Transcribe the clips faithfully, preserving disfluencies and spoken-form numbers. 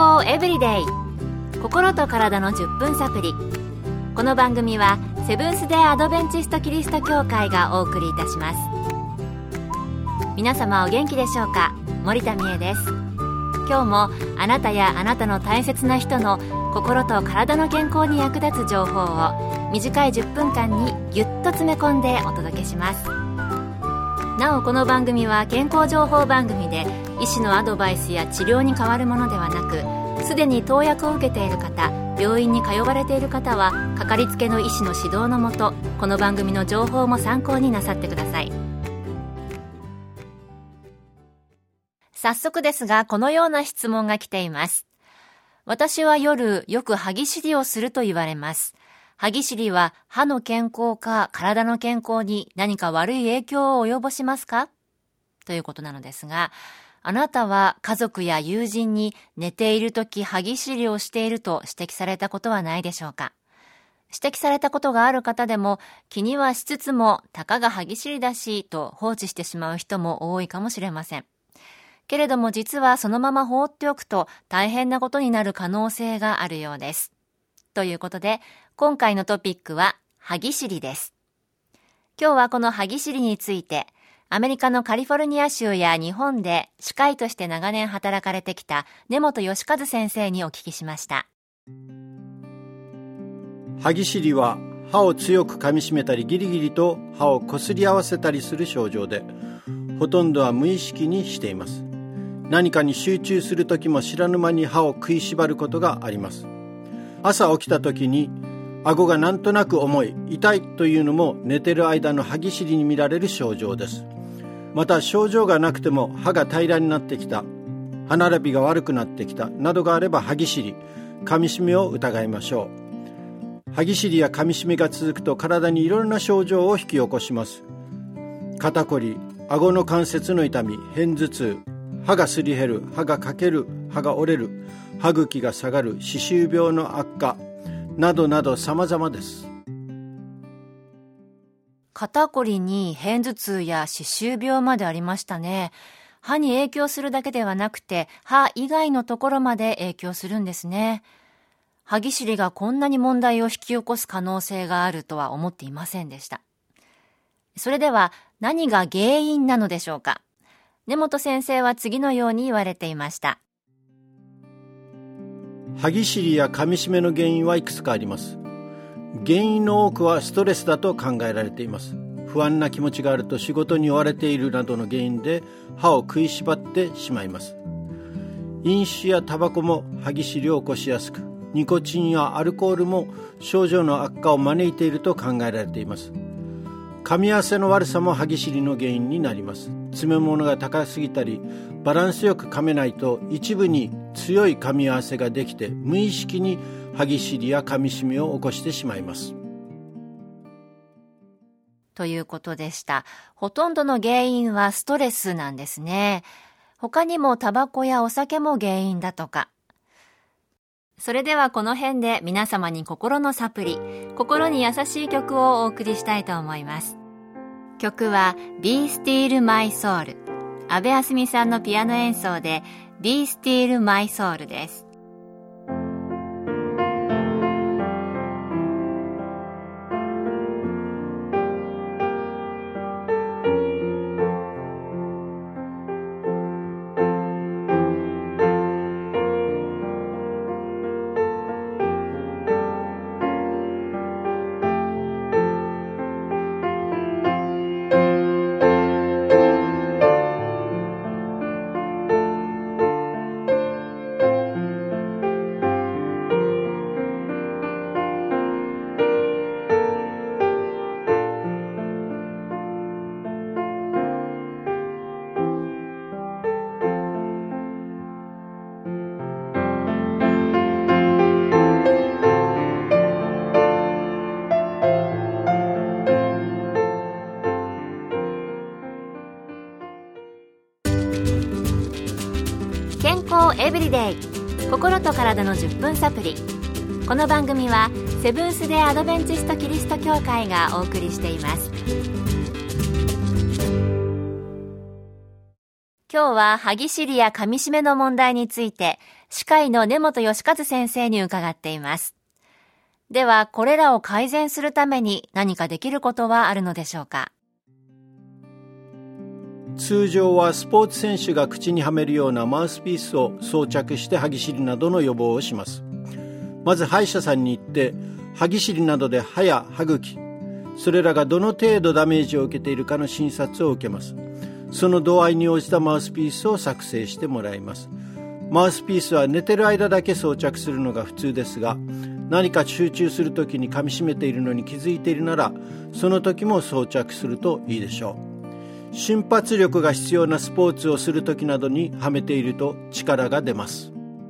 康エブリデイ、心と体のじゅっぷんサプリ。この番組はセブンス・デー・アドベンチスト・キリスト教会がお送りいたします。皆様お元気でしょうか。森田美恵です。今日もあなたやあなたの大切な人の心と体の健康に役立つ情報を短いじゅっぷんかんにぎゅっと詰め込んでお届けします。なおこの番組は健康情報番組で医師のアドバイスや治療に代わるものではなく、すでに投薬を受けている方、病院に通われている方はかかりつけの医師の指導のもと、この番組の情報も参考になさってください。早速ですが、このような質問が来ています。私は夜よく歯ぎしりをすると言われます。歯ぎしりは歯の健康か体の健康に何か悪い影響を及ぼしますか？ということなのですが、あなたは家族や友人に寝ているとき歯ぎしりをしていると指摘されたことはないでしょうか？指摘されたことがある方でも気にはしつつもたかが歯ぎしりだしと放置してしまう人も多いかもしれません。けれども実はそのまま放っておくと大変なことになる可能性があるようです。ということで今回のトピックは歯ぎしりです。今日はこの歯ぎしりについてアメリカのカリフォルニア州や日本で歯科医として長年働かれてきた根本義和先生にお聞きしました。 歯ぎしりは歯を強く噛みしめたりギリギリと歯をこすり合わせたりする症状で、ほとんどは無意識にしています。何かに集中するときも知らぬ間に歯を食いしばることがあります。朝起きたときに顎がなんとなく重い、痛いというのも寝てる間の歯ぎしりに見られる症状です。また症状がなくても歯が平らになってきた、歯並びが悪くなってきたなどがあれば歯ぎしり、噛みしめを疑いましょう。歯ぎしりや噛みしめが続くと体にいろいろな症状を引き起こします。肩こり、顎の関節の痛み、片頭痛、歯がすり減る、歯が欠ける、歯が折れる、歯茎が下がる、歯周病の悪化などなど様々です。 肩こりに片頭痛や歯周病までありましたね。歯に影響するだけではなくて歯以外のところまで影響するんですね。歯ぎしりがこんなに問題を引き起こす可能性があるとは思っていませんでした。それでは何が原因なのでしょうか。根本先生は次のように言われていました。 歯ぎしりや噛みしめの原因はいくつかあります。原因の多くはストレスだと考えられています。不安な気持ちがあると仕事に追われているなどの原因で歯を食いしばってしまいます。飲酒やタバコも歯ぎしりを起こしやすく、ニコチンやアルコールも症状の悪化を招いていると考えられています。噛み合わせの悪さも歯ぎしりの原因になります。詰め物が高すぎたりバランスよく噛めないと一部に強い噛み合わせができて無意識に歯ぎしりや噛みしめを起こしてしまいます。 ということでした。ほとんどの原因はストレスなんですね。他にもタバコやお酒も原因だとか。それではこの辺で皆様に心のサプリ、心に優しい曲をお送りしたいと思います。曲は Be Still My Soul、 阿部あすみさんのピアノ演奏で Be Still My Soul です。健康エブリデイ、心と体のじゅっぷんサプリ。この番組はセブンス・デー・アドベンチスト・キリスト教会がお送りしています。 今日は歯ぎしりや噛み締めの問題について歯科医の根本義和先生に伺っています。ではこれらを改善するために何かできることはあるのでしょうか。 通常はスポーツ選手が口にはめるようなマウスピースを装着して歯ぎしりなどの予防をします。まず歯医者さんに行って歯ぎしりなどで歯や歯茎、それらがどの程度ダメージを受けているかの診察を受けます。その度合いに応じたマウスピースを作成してもらいます。マウスピースは寝てる間だけ装着するのが普通ですが、何か集中するときに噛み締めているのに気づいているなら、その時も装着するといいでしょう。瞬発力が必要なスポーツをするときなどにはめていると力が出ます。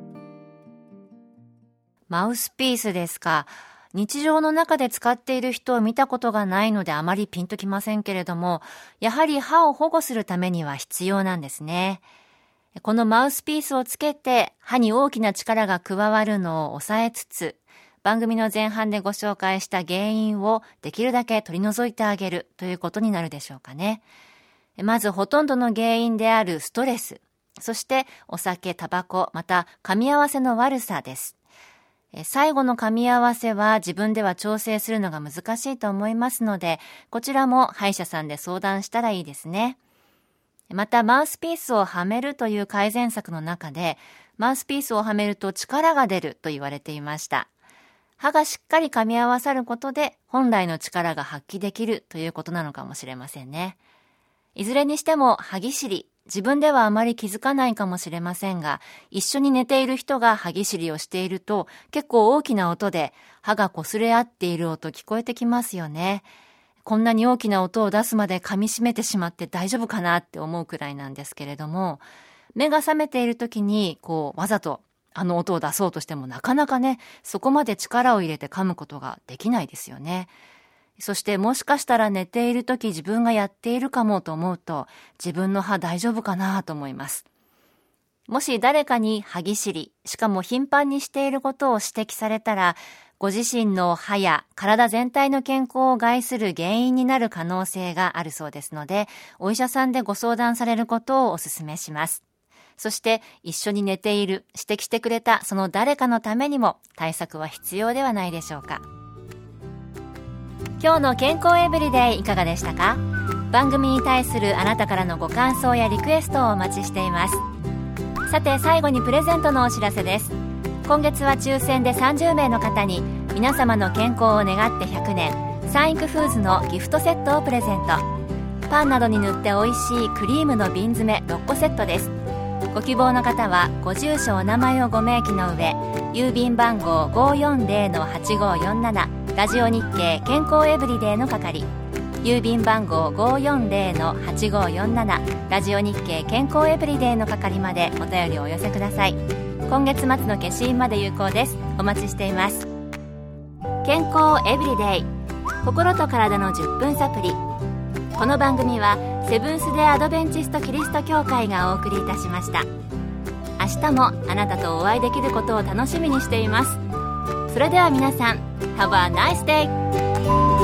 マウスピースですか。日常の中で使っている人を見たことがないのであまりピンときませんけれども、やはり歯を保護するためには必要なんですね。このマウスピースをつけて歯に大きな力が加わるのを抑えつつ、番組の前半でご紹介した原因をできるだけ取り除いてあげるということになるでしょうかね。まずほとんどの原因であるストレス、そしてお酒、タバコ、また噛み合わせの悪さです。最後の噛み合わせは自分では調整するのが難しいと思いますので、こちらも歯医者さんで相談したらいいですね。またマウスピースをはめるという改善策の中で、マウスピースをはめると力が出ると言われていました。歯がしっかり噛み合わさることで本来の力が発揮できるということなのかもしれませんね。いずれにしても歯ぎしり、自分ではあまり気づかないかもしれませんが、一緒に寝ている人が歯ぎしりをしていると結構大きな音で歯が擦れ合っている音聞こえてきますよね。こんなに大きな音を出すまで噛み締めてしまって大丈夫かなって思うくらいなんですけれども、目が覚めている時にこうわざとあの音を出そうとしてもなかなかね、そこまで力を入れて噛むことができないですよね。そしてもしかしたら寝ているとき自分がやっているかもと思うと、自分の歯大丈夫かなと思います。もし誰かに歯ぎしり、しかも頻繁にしていることを指摘されたら、ご自身の歯や体全体の健康を害する原因になる可能性があるそうですので、お医者さんでご相談されることをお勧めします。そして一緒に寝ている、指摘してくれたその誰かのためにも対策は必要ではないでしょうか。今日の健康エブリデイいかがでしたか。番組に対するあなたからのご感想やリクエストをお待ちしています。さて最後にプレゼントのお知らせです。今月は抽選でさんじゅうめいの方に皆様の健康を願ってひゃくねんサンイクフーズのギフトセットをプレゼント。パンなどに塗って美味しいクリームの瓶詰めろっこセットです。ご希望の方はご住所お名前をご明記の上、郵便番号 ごーよんぜろのはちごーよんなな ラジオ日経健康エブリデイの係、郵便番号 ごーよんぜろのはちごーよんなな ラジオ日経健康エブリデイの係までお便りをお寄せください。今月末の消印まで有効です。お待ちしています。健康エブリデイ、心と体のじゅっぷんサプリ。この番組はセブンス・デ・アドベンチスト・キリスト教会がお送りいたしました。明日もあなたとお会いできることを楽しみにしています。それでは皆さん、Have a nice day!